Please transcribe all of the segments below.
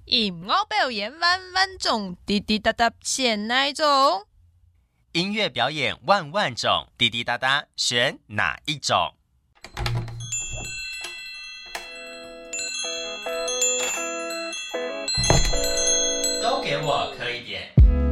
音乐表演万万种，滴滴答答选哪一种？ 音乐表演万万种，滴滴答答选哪一种？都给我磕一点。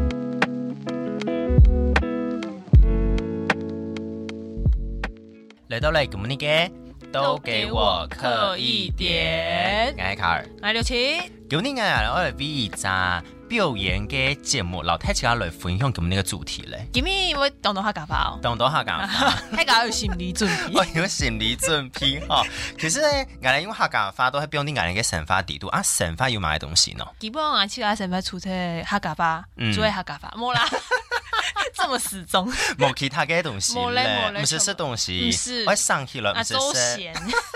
来到了，咁呢嘅都给我磕一點。我係卡爾， 我係廖奇。 今日我嚟 V 一集表演嘅節目，留睇下來分享咁呢個主題咧。 今日我當到客家話哦， 當到客家話， 客家有心理準備。 我有心理準備哈。其實咧，我哋用客家話都係表啲我哋嘅神法地圖啊，神法要買嘅東西咯。 基本上我其他神法出出客家話，做係客家話，冇啦。這麼始終， 冇其他嘅東西咧，唔是食東西，我上去了，唔是食。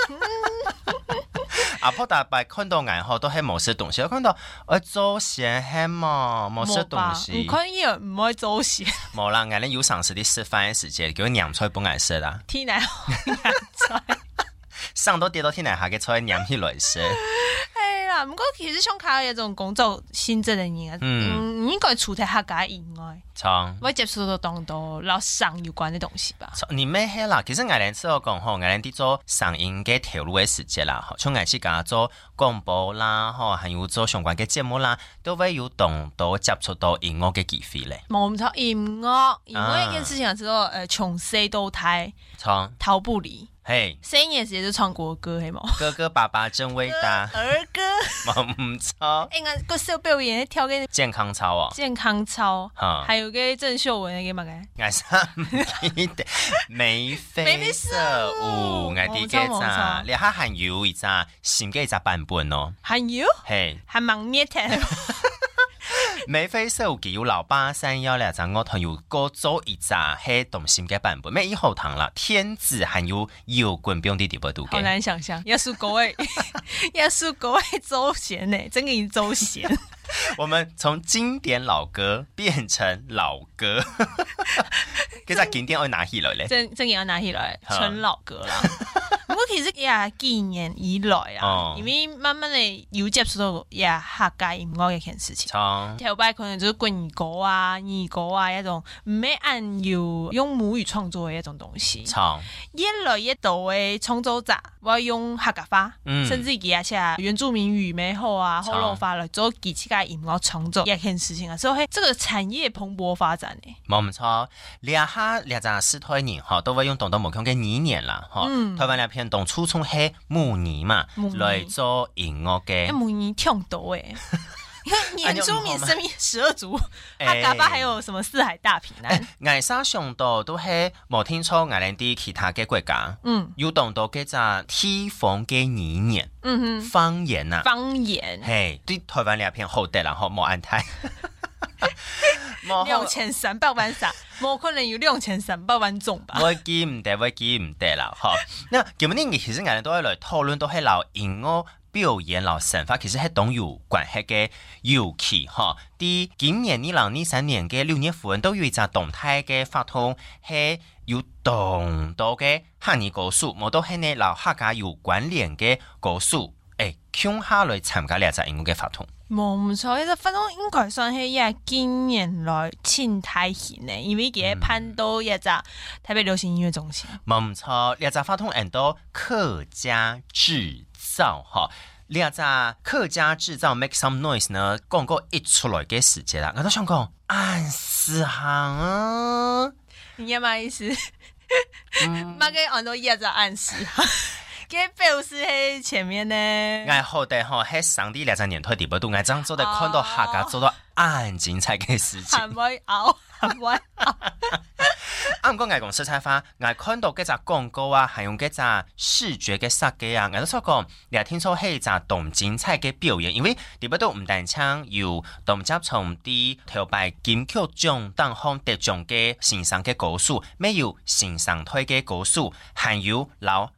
阿婆大伯看到眼後都係冇食東西，我看到我做鹹係嘛，冇食東西。 唔可以唔可以做鹹。 冇啦，我哋有嘗試啲食飯嘅時間，叫釀菜本愛食啦。 天奶好釀菜， 上到跌到天奶下嘅菜釀起來食。 係啦，不過其實像佢有種工作性質嘅人，應該除喺客家以外。我接觸到當多老上有關的東西吧。 你咩係啦？其實我哋之後講，我哋啲做上映嘅條路嘅時間啦，從我哋家做廣播啦，還有做相關嘅節目啦，都會有當到接觸到音樂嘅機會咧。 冇錯，音樂一件事情之後，從細到大，逃不離。 嘿， 細年時就唱國歌，係冇？ 哥哥爸爸真偉大， 兒歌冇唔錯。 我個小表演跳嘅健康操哦， 健康操，還有個鄭秀文嘅乜嘅？ 我三唔記得眉飛色舞，我啲嘅咋？你下還有一隻新嘅一隻版本哦， 還有， 嘿， 還蠻滅嘅。 眉飛色舞有老八三幺兩隻樂團有各做一隻係動心嘅版本，咩以後堂啦，天子還有搖滾表啲地步度嘅， 好難想象，要輸各位，要輸各位周賢呢，真嘅周賢。 我們從經典老歌變成老歌，其實經典要拿起來咧， 真要拿起來，純老歌啦。不過其實也幾年以來啊，因為慢慢地有接觸到也客家音樂嘅一件事情。頭擺可能就是國語歌啊、兒歌啊一種唔係按要用母語創作嘅一種東西。越來越多嘅創作者我用客家話，甚至其他原住民語咩好啊、河洛話來做其他音樂創作一件事情啊，所以這個產業蓬勃發展嘅。 冇唔錯，兩隻四台人都會用當到無窮嘅語言啦，台灣兩片當初衷係母語嘛，來做音樂嘅。 母語聽到誒，原住民生命12族，客家話還有什麼四海大平安？ 外省上到都係冇聽錯，外邊啲其他嘅國家，有當到嘅隻地方嘅語言，方言啊， 方言， 嘿，對台灣兩片好啲啦，冇安泰。 6300萬啥？冇可能有6300萬種吧？ 我記唔得啦，那今日其實我哋都係來討論到係老音樂表演老神法，其實係當有關係嘅尤其啲今年呢2-3年嘅6月份都有一隻動態嘅發通，係有當到嘅客家歌手，冇都係呢老客家有關聯嘅歌手，向下來參加呢隻音樂嘅發通。 冇唔錯，呢隻發通應該算係一近年來青苔型嘅，因為佢攀到一隻台北流行音樂中心。 冇唔錯，呢隻發通很多客家製造呢隻客家製造 make some noise 呢，廣告一出來嘅時節啦，我都想講暗示行啊！ 你有咩意思？乜嘅按到一隻暗示行？嘅表示喺前面呢， 我好地喺上啲2-3年推地步度，我真做得看到客家做到很精彩嘅事情。 係咪拗？ 唔過我講實在話，我看到嗰隻廣告啊，係用嗰隻視覺嘅設計啊，我都所講，你聽說係一隻動精彩嘅表演，因為地步都唔單槍有動接從啲頭擺金曲獎當項得獎嘅線上嘅歌手，咩有線上推嘅歌手，還有老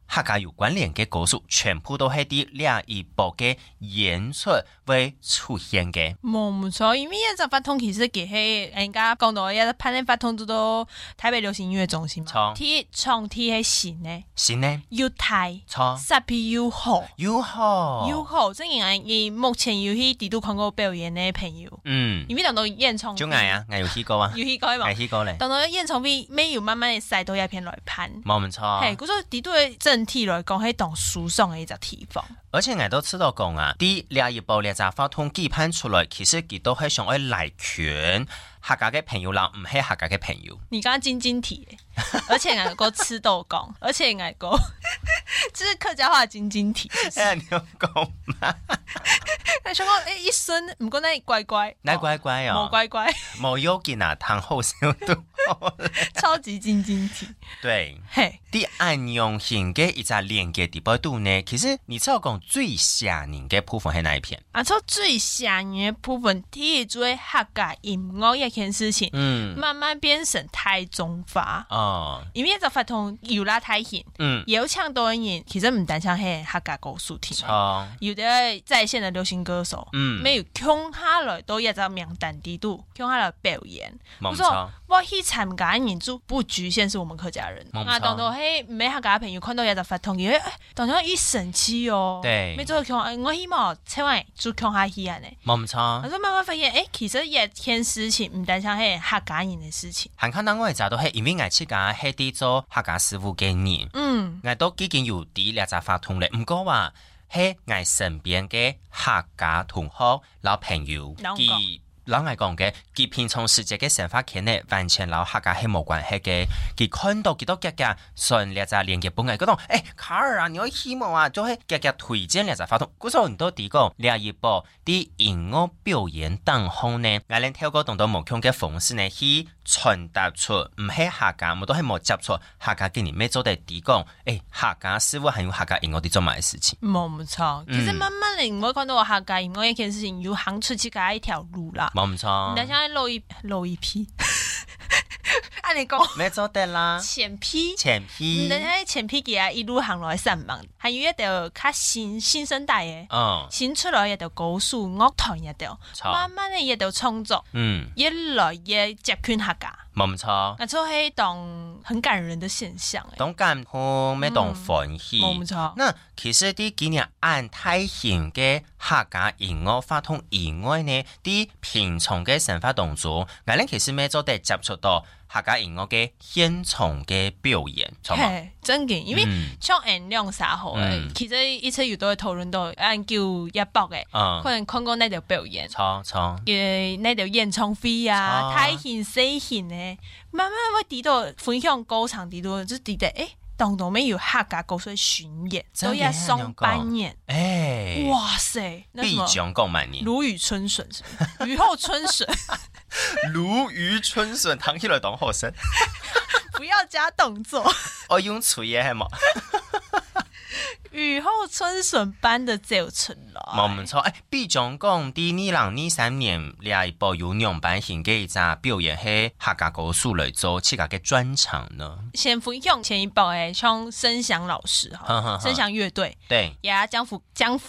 客家有關聯嘅歌數，全部都係啲呢一部嘅演出會出現嘅。 冇錯，因為一隻發通其實佢係人家講到一隻攀登發通到台北流行音樂中心嘛。 錯。 佢唱係新嘅。 新嘅。 又大。 錯。 設備又好。 又好。 又好，正因為目前有去地都看過表演嘅朋友。因為當到演唱會。就嗌啊，嗌有去過啊。 有去過嘛。 嗌去過咧。 當到演唱會，沒有慢慢嘅賽到一片來攀。 冇錯。 係，嗰種地都嘅整體來講係當舒爽嘅一隻地方。 而且我都知道講啊，啲呢一部呢隻發通舉辦出來，其實佢都係想要來權客家嘅朋友啦，唔係客家嘅朋友。 你剛剛晶晶體，而且我個吃豆講，而且我個就是客家話晶晶體。 哎，你有講嗎？ 你想講一孫唔講那乖乖， 那乖乖哦， 冇乖乖， 冇有見啊，堂後小都超級晶晶體。 對， 嘿， 啲暗用型嘅一隻連結地步度呢，其實你知道講最嚇人嘅部分係哪一片？ 啊，從最嚇人嘅部分，第一做客家音樂一件事情，慢慢變成太中化。哦，因為一隻發通有啦太顯，有唱多人，其實唔單唱係客家歌手聽，有啲在線的流行歌手，沒有共下來都一隻名單地度，共下來表演。 冇錯， 我去參加嘅人就不局限是我們客家人，啊，當到係唔係客家朋友看到一隻發通，佢當到一神奇哦， 對， 沒做共，我希望千萬就共下去啊呢， 冇錯。 我就慢慢發現，其實一件事情唔單唱係客家人嘅事情。 很可能我哋就都係因為我自家係啲做客家師傅嘅人，我都已經有啲兩隻發通咧，唔過話係我身邊嘅客家同學老朋友，佢老愛講嘅，佢平常時節嘅想法其實完全老客家係冇關係嘅，佢看到幾多家家順兩隻連結本嚟嗰度，卡爾啊，你可以希望啊，就係家家推薦兩隻發通，嗰時候你都提講兩一部啲音樂表演當後呢，我哋透過動到無窮嘅方式呢去傳達出唔係客家，我都係冇接觸客家嘅人咩做得提講，客家師傅係用客家音樂啲做埋嘅事情。 冇錯，其實慢慢嚟我講到客家音樂一件事情，要行出自己一條路啦。 冇錯， 你想露一批，按你講咩做得啦？ 前批， 你睇前批嘅啊，一路行來散忙，還有一條較新生代嘅，新出來一條歌手樂團一條，慢慢嘅一條創作，越來越接近客家。 冇錯， 那就係當很感人的現象， 當感動咩當歡喜， 冇錯。 那其實啲幾年按太型嘅客家音樂發通以外呢，啲平常嘅生活當中，我哋其實咩做得接觸到客家音樂嘅現場嘅表演，錯嘛？ 係真嘅，因為唱演兩三號嘅，其實一直有都會討論到按叫一百嘅，可能看過那條表演， 錯， 那條演唱會啊，太型細型咧。慢慢會睇到分享歌場睇到，就睇到當到沒有客家歌手巡演，都要雙班演，哇塞！ 必將講萬年， 如雨春筍，雨後春筍， 如雨春筍，躺起來當學生， 不要加動作， 我用嘴嘅係嘛？ 雨後春筍般的走出來， 冇錯。必將講啲2023年呢一部有兩版型嘅一隻表演係客家歌手嚟做自家嘅專場呢。 先分享前一部像聲響老師哈，聲響樂隊， 對， 呀江湖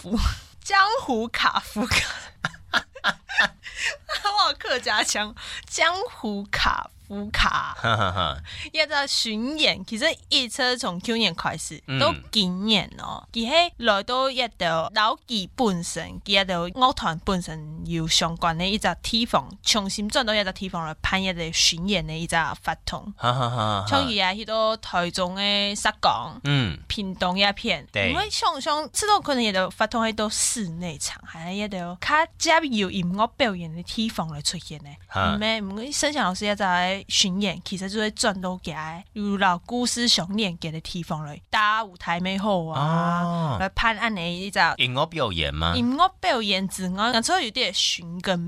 卡夫卡，我客家腔，江湖卡夫卡，一個巡演，其實一車從去年開始都幾年咯。佢係來到一條老記本身，佢一條樂團本身有相關的一個地方，重新轉到一個地方來辦一個巡演的一個發通。像而家去到台中嘅石港，屏東一片，因為像知道可能一條發通喺到室內場，係一條較加有音樂表演的地方來出現嘅。唔係聲響老師一個巡演，其實就會轉到嘅有老故事相連嘅地方嚟搭舞台美好啊，來辦安尼一個音樂表演嘛。 音樂表演之外，然後有啲尋根吧，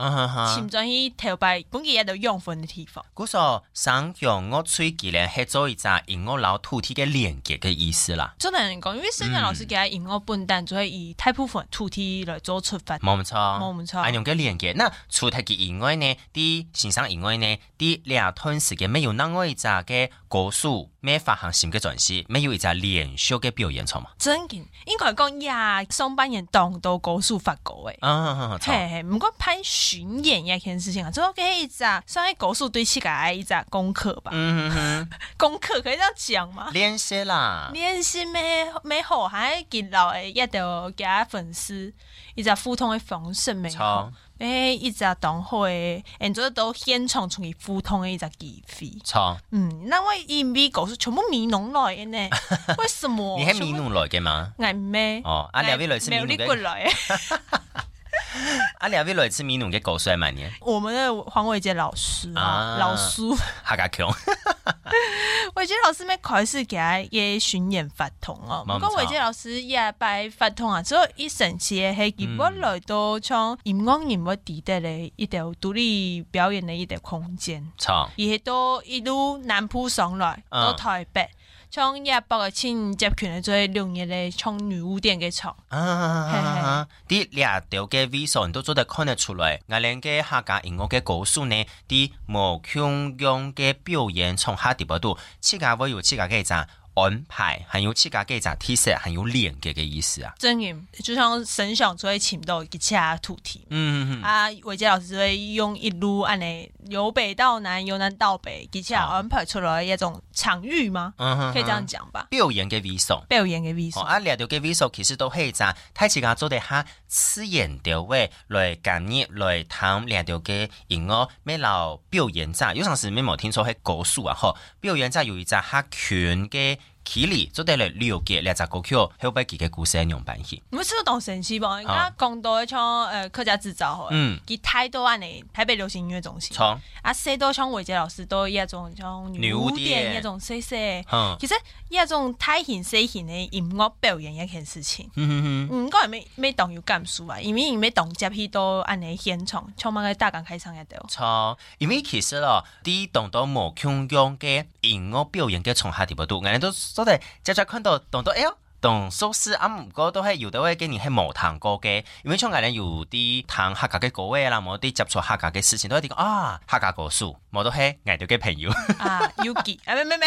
潛在去頭擺本期一度養分的地方。 嗰個上向我吹技呢，係做一隻銀河老土地嘅連結嘅意思啦。 真係人講，因為生產老師嘅銀河本單就係以大部分土地來做出發。 冇錯， 冇錯。 係用嘅連結。那除咗嘅以外呢，啲欣賞以外呢，啲兩段時間沒有那麼一隻嘅歌手，咩發行新嘅專輯，沒有一隻連續嘅表演場嘛。 真嘅，應該講呀，上半年當到歌手發過誒。係，唔過拍巡演一件事情啊，做嘅一隻，上喺歌手對自己一隻功課吧。功課可以這樣講嗎？ 練習啦， 練習咩好，還見到誒一條假粉絲，一隻互動嘅方式咩好。一隻當會，然之後都現場從佢互動嘅一隻機會。 錯。 那我因為歌手全部美濃來嘅呢？為什麼？ 你係美濃來嘅嗎？ 我咩？ 哦，兩位來自美濃嘅。兩位來自美濃嘅歌手係乜嘢？ 我們的黃偉傑老師老蘇。 客家強。 偉傑老師咩開始給他嘅巡演發通哦，不過偉傑老師也擺發通啊，之後一神奇嘅係佢本來都從音樂人物地帶嘅一條獨立表演嘅一條空間， 錯， 而都一路南鋪上來到台北。從100個親集團嚟做6年嚟唱女巫店嘅場， 啲兩條嘅 visual 都做得看得出來，我哋嘅客家音樂嘅歌手呢，啲無腔樣嘅表演從下地步度，自家會有自家嘅咋安排，還有自家嘅咋特色，還有連結嘅意思啊。 真嘅，就像沈響就會請到其他土地，偉傑老師會用一路按嚟由北到南，由南到北，其他安排出來一種場域嗎？可以這樣講吧。 表演嘅 visual， 表演嘅 visual， 兩條嘅 visual其實都係咋，睇自家做得下刺眼條位來感染來談兩條嘅音樂，咩老表演者，有陣時咩冇聽錯係歌手啊，嗬，表演者有一隻客群嘅。起嚟做得嚟了解兩隻歌曲，後邊幾個故事用版戲。 唔知道當神奇吧？而家講到像客家製造，佢太多安尼台北流行音樂中心，細到像偉傑老師都一種像女巫店一種細細，其實一種太顯細顯嘅音樂表演一件事情。唔該咩當要感受啊？因為咩當接去到安尼現場，充滿個大港開唱一條。 錯，因為其實咯，啲當到無腔樣嘅音樂表演嘅從下地步度，人哋都。所以，只只看到當到當數字唔過都係有啲位嘅人係冇談過嘅，因為像我哋有啲談客家嘅歌位啦，冇啲接觸客家嘅事情都係講客家歌手，冇都係嗌到嘅朋友 Yuki，咩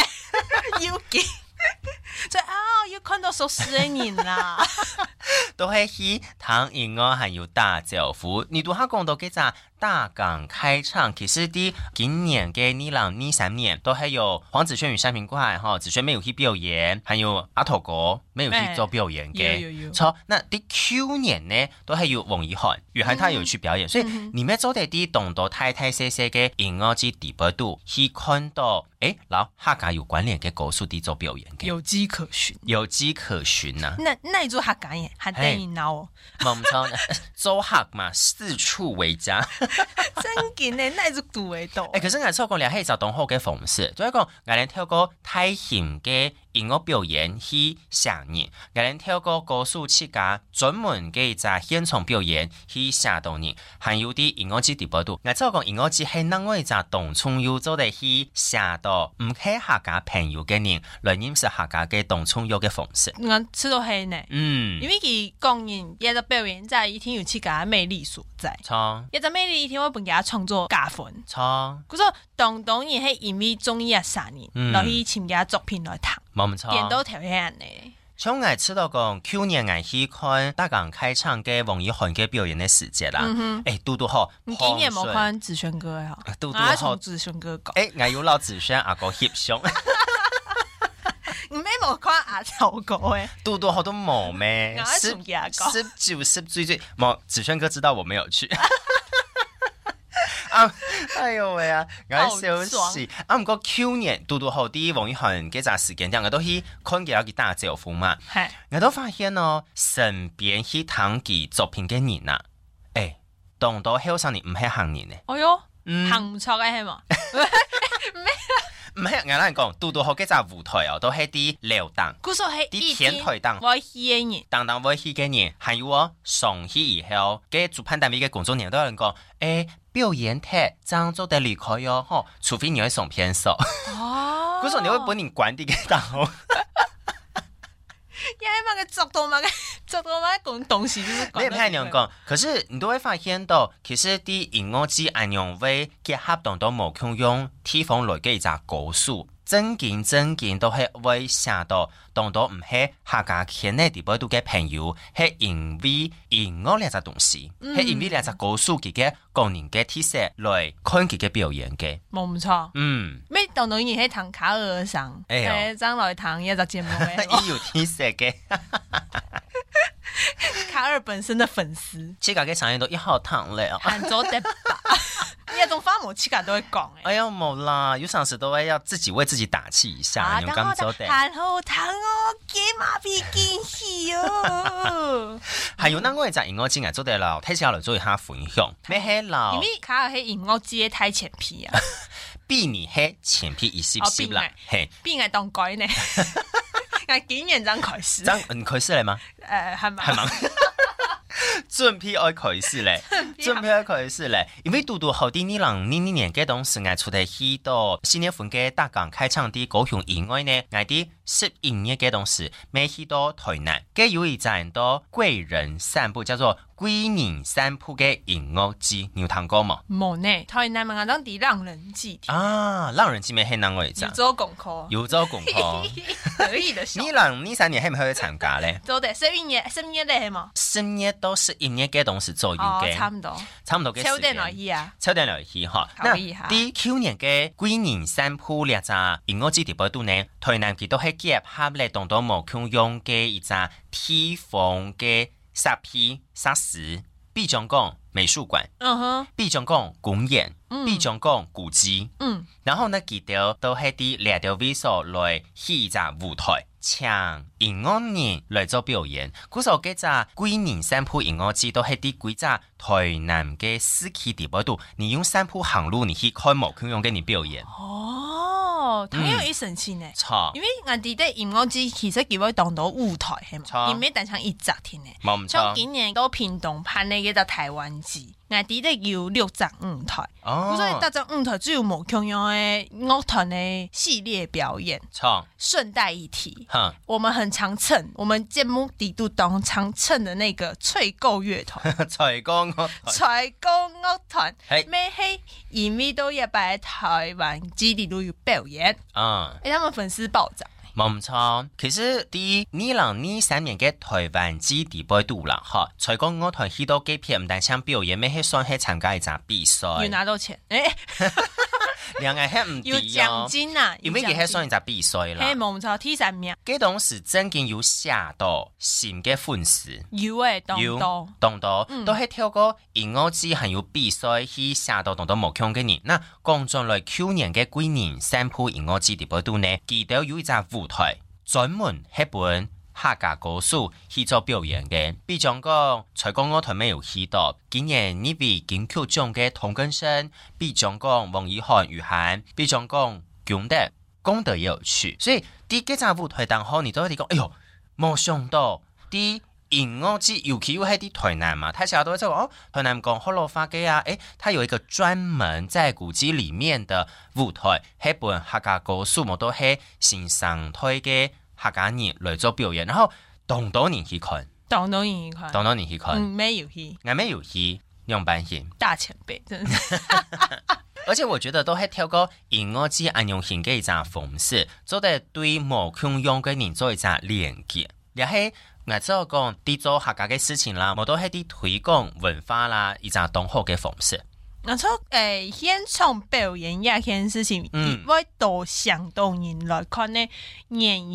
Yuki， 即要看到數字嘅人啦， 都係去談音樂還有打招呼，你都下講到嘅咋？大港開唱，其實啲今年嘅2-3年都係有黃子軒與三平怪子軒沒有去表演，還有阿頭哥沒有去做表演嘅。錯，那啲去年呢都係有王以涵，雨涵他有去表演，所以你們做啲啲動作太細細嘅音樂之地步度，去看到老客家有關聯嘅歌手啲做表演嘅， 有跡可循， 有跡可循啊！ 那你做客家嘢，係等於鬧， 冇錯，做客嘛，四處為家。 真嘅呢，那就度喺度。 可是我錯過了係就當好嘅方式，就係講我哋透過太顯嘅音樂表演去想人，我哋透過歌手自家專門嘅一隻現場表演去寫到人，還有啲音樂節地步度，我錯過音樂節係另外一隻動創要做嚟去寫到唔係客家朋友嘅人來認識客家嘅動創要嘅方式。 我知道係呢，因為佢講人一隻表演在一天有自家魅力所在， 錯， 一隻魅力一天我本給他創作加分， 錯， 佢說當然係因為中意啊殺人，落去參加作品來談。 冇錯， 點都條人呢。 從我知道講，去年我去看大港開唱嘅王以涵嘅表演嘅時節啦。嘟嘟好， 你今年冇看子軒哥呀？ 嘟嘟好， 從子軒哥講。 我有老子軒阿哥翕相。 唔咩冇看阿頭哥誒？ 嘟嘟好都冇咩？19、20冇子軒哥知道我沒有去。哎呦喂啊！我笑死！唔過去年嘟嘟好啲王以涵嘅陣時間，我都去看見有佢打招呼嘛。我都發現咯，身邊去談佢作品嘅人啊，當到後生年唔係行人呢。 哎喲，行唔錯嘅係嘛？ 唔係，我哋講拄好幾隻舞台哦，都係啲流動，啲天台檔， 會去嘅人， 當會去嘅人，還有哦，上去以後，嘅主辦單位嘅工作人員都有人講，表演廳張做得離開喲，吼，除非你會送片手。哦，嗰時候你會本人管啲嘅檔。 因為嘛個做到嘛講東西就是你也不太能講，可是你都會發現到，其實啲音樂節安樣會結合當到無共用地方來嘅一隻歌數，正經都係會寫到當到唔係客家圈內地部度嘅朋友，係因為音樂呢隻東西，係因為呢隻歌數佢嘅個人嘅特色來看佢嘅表演嘅， 冇錯。咩當到你係彈卡爾上，將來彈一隻節目嘅， 有特色嘅。 卡爾本身的粉絲， 這個嘅產業都一號糖咧， 喊咗得吧？一種花無氣感都會講誒。 哎呀冇啦，有陣時都會要自己為自己打氣一下，你咁做的。 喊好糖哦，幾馬屁驚喜哦。 還有那我哋音樂節做得啦，睇下來做一下分享。咩係啦？ 因為卡爾係音樂節太前皮啊， 比你係前皮20啦， 係比我當改呢。我竟然真開始， 真開始嚟嗎？ 係咪？ 係嘛？準備愛開始咧，準備愛開始咧，因為嘟後啲呢年嘅當時我出嚟去到新年份嘅大港開唱啲高雄以外呢，我啲11月嘅當時未去到台南，嘅有一站到貴人散步，叫做貴人散步嘅音樂節，你有聽過嗎？ 冇呢，台南咪當啲浪人祭啊，浪人祭咪係哪個站？ 有做功課， 有做功課， 可以的。 呢3年係咪去參加咧？ 做的11月咧係嘛 ？10月到11月嘅當時左右嘅， 差唔多嘅時間。 秋天來去啊， 秋天來去哈。那啲去年嘅貴人散步呢隻音樂節地部度呢，台南佢都係結合咧當到無共用嘅一隻地方嘅設備設施，比如講美術館，比如講公園，比如講古蹟，然後呢佢哋都係啲兩條位所來起一隻舞台。請音樂人來做表演，嗰時候嘅隻貴人散步音樂節都係啲幾隻台南嘅市區地部度，你用散步行路，你去看無共用嘅人表演。 哦，挺有意神奇呢。 錯， 因為我哋的音樂節其實佢會當到舞台係嘛，而唔係單唱一集添呢。 冇唔錯。 像今年都屏東辦呢嘅隻台灣節。我哋的有6隻舞台，所以大隻舞台只有無共用嘅樂團嘅系列表演。 錯， 順帶一提，我們很常蹭，我們節目底度當常蹭的那個翠歌樂團， 翠歌樂團， 咩係因為都要擺台灣基地都有表演，他們粉絲暴漲。 冇錯，其實啲2023年嘅台灣基地部度啦，哈，翠歌樂團去到幾片唔但唱表演，咩係算係參加一場比賽， 要拿到錢， 兩個係唔有獎金啊， 因為佢係算一場比賽啦， 係冇錯，T3名， 嗰當時真經有寫到新嘅粉絲， 有誒，當到， 都係透過音樂節還有比賽去寫到當到目標嘅人。那講咗來去年嘅貴人散步音樂節地部度呢，佢都有一隻舞台專門係本客家歌手去做表演嘅，比如講翠歌樂團沒有去到，今年呢位金曲獎嘅童根生，比如講王以涵、雨涵，比如講功德也有去，所以啲幾隻舞台當好，你都會講，哎呦，冇想到啲音樂節尤其又係啲台南嘛，他小都會講台南講好老花嘅啊，他有一個專門在古蹟裡面的舞台，係本客家歌手冇都係先上台嘅客家人來做表演，然後當多年去看， 沒有去， 我沒有去，用班去， 大前輩，真是。 而且我覺得都係透過音樂節安用型嘅一種方式，做得對無共用嘅人做一種連結，也係我做講啲做客家嘅事情啦，我都係啲推廣文化啦一種當好嘅方式。 我做現場表演一件事情，我都想當然來看呢原因。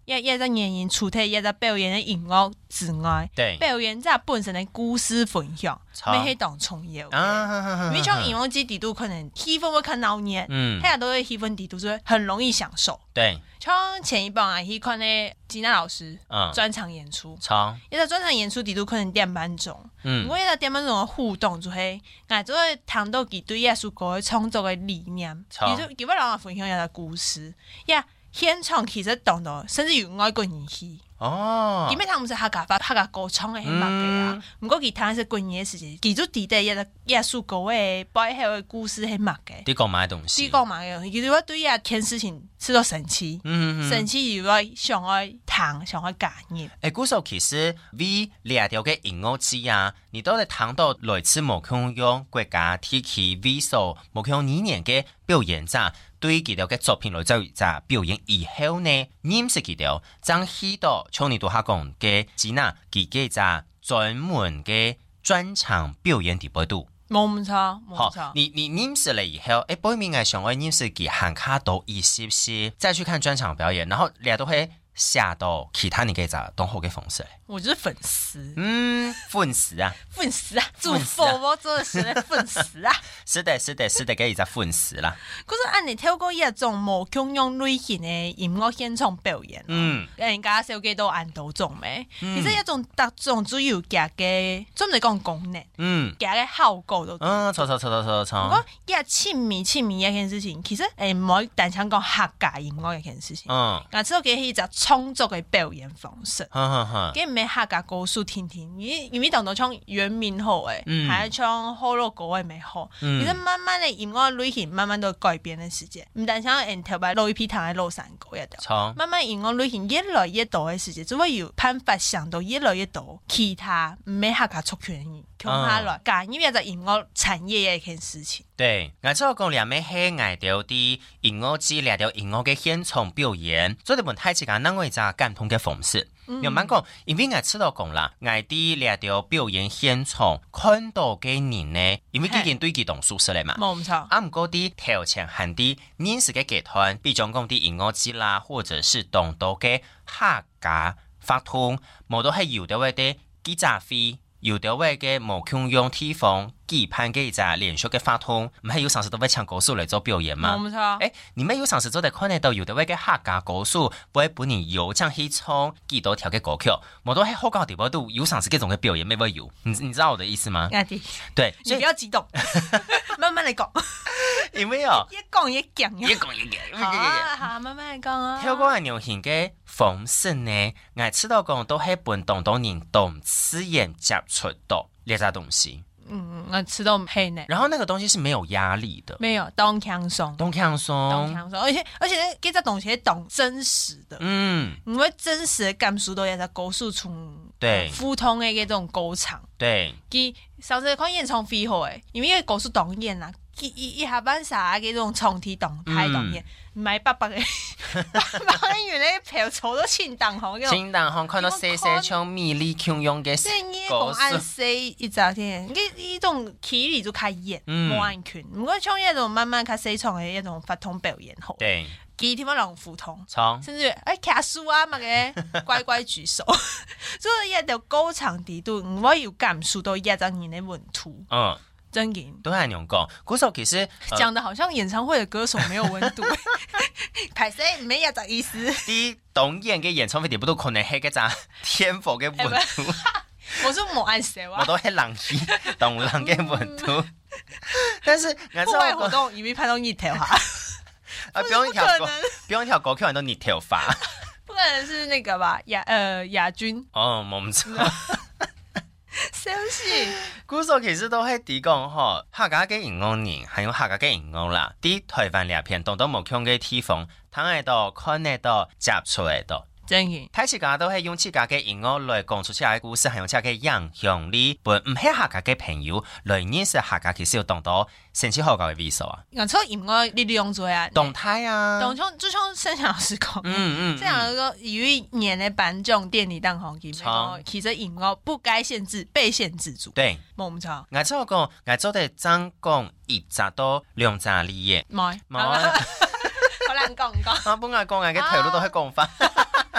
一只原因除咗一只表演嘅音樂之外，表演者本身嘅故事分享，咩係當重要嘅。因為像音樂節地度可能氣氛會較鬧熱，大家都會氣氛地度就會很容易享受。 對， 像前一幫去看嘅吉娜老師專場演出，一個專場演出地度可能點半鐘，不過一個點半鐘嘅互動就係，我就會聽到佢對耶穌歌嘅創作嘅理念，佢會讓我分享一個故事，現場其實當到甚至有外國人去。哦，因為他們是客家歌唱嘅係乜嘅啊？唔過其他是關於嘅事情，記住地底一個耶穌歌嘅背後嘅故事係乜嘅？ 啲講埋嘅東西， 啲講埋嘅，其實我對一件事情吃到神奇，神奇以外想愛談，想愛感染。 嗰時候其實為兩條嘅音樂節啊，你都係談到來自無共用國家地區為數無共2年嘅表演者。對佢哋嘅作品來做一表演以後呢，認識佢哋，將許多像你都下講嘅吉娜佢嘅一專門嘅專場表演地步度， 冇錯，冇錯。 你認識了以後，背面係想要認識佢行卡到意思是再去看專場表演，然後你都會下到其他你嘅一種好嘅方式。 我就是粉絲， 粉絲啊， 祝福我做的是粉絲啊， 是的，給一隻粉絲啦。 可是按你透過一種無共用類型嘅音樂現場表演，人家小幾都按到種咩？其實一種特種主要夾嘅，專門講功能，夾嘅效果都，錯。我一親密一件事情，其實唔可以單講客家音樂一件事情，但係佢係一隻創作嘅表演方式，咩客家歌數聽，因為當到唱原民好誒，還是唱好多歌誒咪好。其實慢慢嘅音樂類型慢慢都改變嘅時間，唔單像人頭擺老一批糖嘅老山歌一條，慢慢音樂類型越來越多嘅時間，就會有辦法想到越來越多其他唔係客家族群人共下來，介因為就音樂產業嘅一件事情。 對，我之後講兩咩係愛到啲音樂節，兩條音樂嘅現場表演，做啲本太子間，能夠一個感同嘅方式。又慢講，因為我知道講啦，我啲兩條表演現場看到嘅人呢，因為佢哋對佢同熟悉咧嘛， 冇錯。 唔過啲頭前行啲認識嘅集團，比如講啲音樂節啦，或者是當到嘅客家發通，冇都係有到嘅啲記者會。有條位嘅無共用地方舉辦嘅一隻連續嘅發通，唔係有嘗試到位唱歌手嚟做表演嗎？ 冇錯。 你們有嘗試做得看得到有條位嘅客家歌手會本年有唱去唱幾多條嘅歌曲，冇都喺好高地步都有嘗試這種嘅表演，咩會有？你知道我的意思嗎？對， 你不要激動，慢慢嚟講。 因為哦， 一講一講， 好， 慢慢嚟講啊。 透過流行嘅方式呢，我知道講都係本當多年同自然接觸到呢隻東西。 我知道係呢。 然後那個東西是沒有壓力的， 沒有當輕鬆，而且呢，這隻東西係當真實的，因為真實嘅感受到一隻歌手從普通嘅嗰種歌唱， 對， 佢上次看演唱會好誒，因為歌手當演啦。一下班啥嘅種長期動態當然，唔係白嘅原來票坐到清淡行， 清淡行看到細細唱迷離洶湧嘅歌手，一早天，呢種企理就開演，冇安全。唔過唱一種慢慢開細唱嘅一種發通表演好， 對， 幾天讓互通，甚至卡數啊乜嘅乖乖舉手，所以一條高場地度唔可以有感受到一陣人嘅溫度。真嘅都係咁講，嗰時候其實講得好像演唱會的歌手沒有溫度，排誰沒有這意思。 啲當演嘅演唱會地步都可能係嗰隻天賦嘅溫度。 我說冇按時啊， 我都係冷氣當冷嘅溫度。但是戶外活動，因為拍到熱頭下， 不用一條歌，人都熱頭髮。 不可能是那個吧？亞軍。 冇錯。 消息， 古時候其實都係啲講嗬，客家嘅音樂人，還有客家嘅音樂啦，啲台灣兩片當到無窮嘅地方，聽得到、看得到、接觸得到。 真嘅， 睇自家都係用自家嘅音樂來講出自家嘅故事，還有自家嘅影響力，唔係客家嘅朋友來認識客家，其實要當到甚至好高嘅味素啊。 我錯音樂你利用做啊， 動態啊， 就像盛祥老師講，盛祥老師講有一年嘅頒獎典禮當紅嘅，其實音樂不該限制，被限制住。對，冇唔錯。 我錯講，我做得真講一集到兩集里嘅， 冇，好難講。 我本來講嘅頭腦都係講法。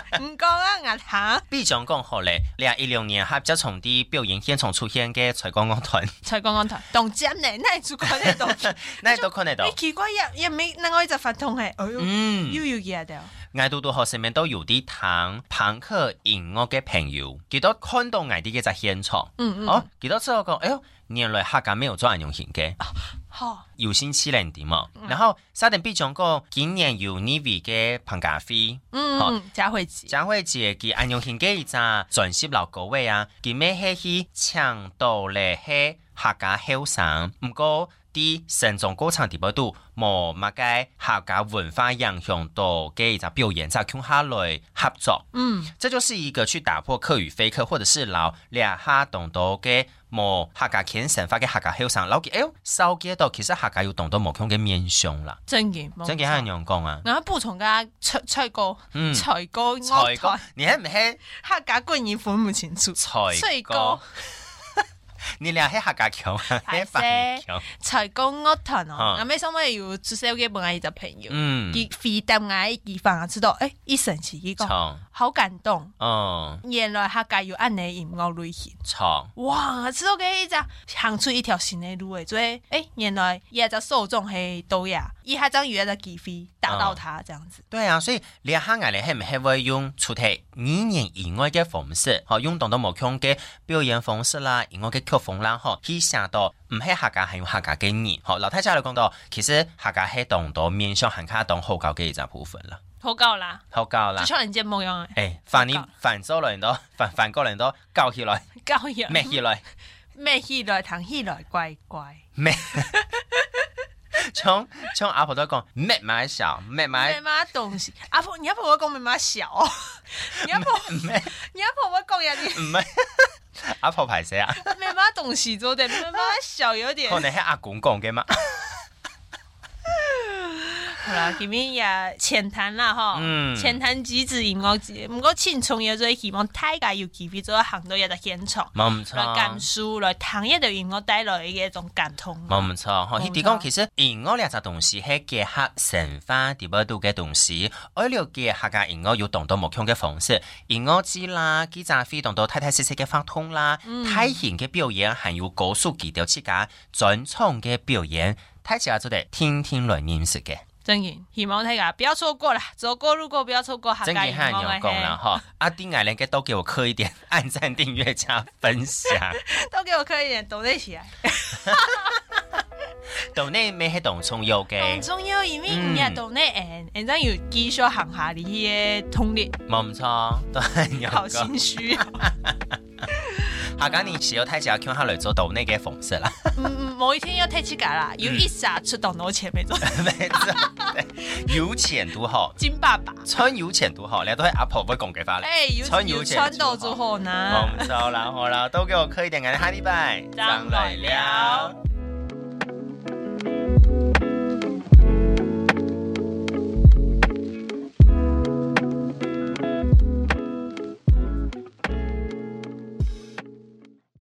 唔講啊，牙糖。 比講講好咧，2016年合則從啲表演現場出現嘅蔡剛剛團。 蔡剛剛團動尖呢，那係做看得到， 那都看得到。 奇怪也未能夠一直發通係，又有嘢掉。 我哋都學上面都有啲聽朋克音樂嘅朋友，佢都看到我哋嘅隻現場。佢都知道講，哎呦，原來客家沒有做安樣型嘅。有星期兩點嘛，然後沙定比講過今年有呢位嘅彭家輝， 嘉慧姐佢安樣型嘅一隻專輯老歌位啊，佢咩係去搶到咧係客家後生，唔過啲成種歌唱地步都冇乜嘅客家文化影響到嘅一隻表演，就共下來合作。這就是一個去打破客與非客，或者是老兩下動到嘅冇客家傾神法嘅客家後生，老嘅哎呦，收嘅到其實客家有動到冇腔嘅面相啦。 真嘅係係樣講啊！ 我補充嘅蔡哥，蔡哥， 你係唔係客家官員分唔清楚？蔡哥。 你倆係客家腔，係白腔。 才講樂團哦，我咩什麼有出手嘅本來一個朋友，佢飛到我一地方，知道一神奇一個，好感動。原來客家有按呢音樂類型。哇，知道嘅一隻行出一條新嘅路誒，所以原來一隻受眾係都呀，一下將有一隻機會打到他，這樣子。 對啊，所以你客家咧係唔係會用出題語言以外嘅方式，用到冇腔嘅表演方式啦，以外嘅曲風啦，去寫到唔係客家係用客家嘅人。老太家就講到，其實客家係當到面向客家當好教嘅一隻部分啦。 好教啦， 就像人節目樣反走來都反過來都教起來，咩起來， 彈起來，乖乖。 咩？從阿婆都講咩買小，咩買東西。阿婆，你阿婆會講咩買小？你阿婆會講呀？你唔係阿婆排寫啊？ 咩買東西做的？咩買小有點？ 可能係阿公講嘅嘛。 好啦，今日也淺談啦吼，淺談幾支音樂節，不過青春有最希望大家有機會做行到一個現場，來感受，來聽一條音樂帶來嘅一種感通。 冇錯，佢哋講其實音樂呢隻東西係結合神話地步度嘅東西，我了解客家音樂有動到目腔嘅方式，音樂節啦，幾隻飛動到太太細細嘅發通啦，大型嘅表演，還有高速技巧之間專場嘅表演，大家做得天天來認識嘅。 真嘅，希望大家不要錯過啦，走過路過不要錯過客家音樂。真嘅係講啦，哈！阿丁愛連嘅都給我磕一點按讚、訂閱加分享， 都給我磕一點，抖內起來。 抖內咩係動重要嘅？ 動重要，因為唔係抖內人家有繼續行下你嘅通力。 冇錯，都係有。 好心虛啊！ 客家人是要睇下傾下嚟做抖內嘅方式啦。 某一天要睇起㗎啦，有一下出到腦前沒錯， 有錢都好， 金爸爸穿有錢都好，你都係阿婆會講嘅法咧。 穿有錢都好呢。 好啦，好啦，都給我磕一點，下禮拜張來了。